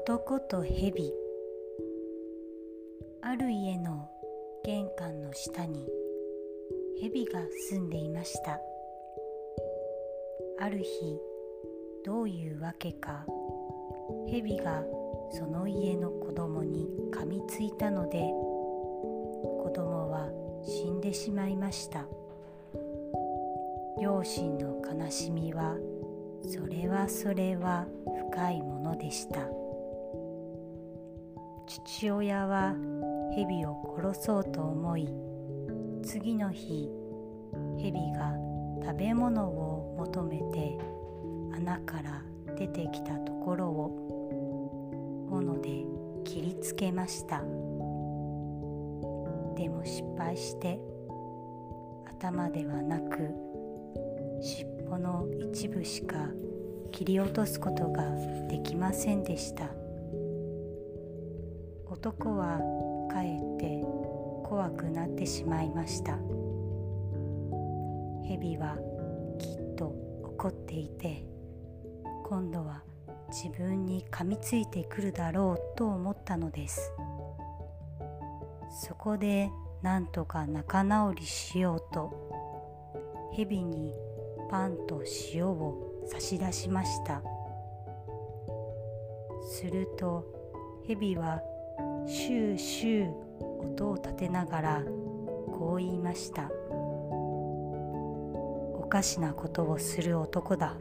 男と蛇。ある家の玄関の下に蛇が住んでいました。ある日、どういうわけか蛇がその家の子供に噛みついたので、子供は死んでしまいました。両親の悲しみはそれは深いものでした。父親は蛇を殺そうと思い、次の日蛇が食べ物を求めて穴から出てきたところを斧で切りつけました。でも失敗して頭ではなく尻尾の一部しか切り落とすことができませんでした。男はかえって怖くなってしまいました。蛇はきっと怒っていて、今度は自分に噛みついてくるだろうと思ったのです。そこでなんとか仲直りしようと、蛇にパンと塩を差し出しました。すると蛇はシューシュー音を立てながらこう言いました。おかしなことをする男だ。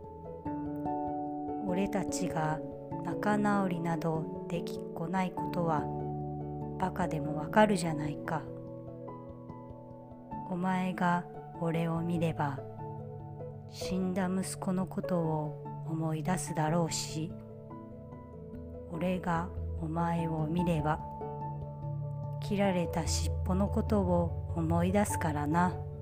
俺たちが仲直りなどできっこないことはバカでもわかるじゃないか。お前が俺を見れば死んだ息子のことを思い出すだろうし、俺がお前を見れば切られた尻尾のことを思い出すからな。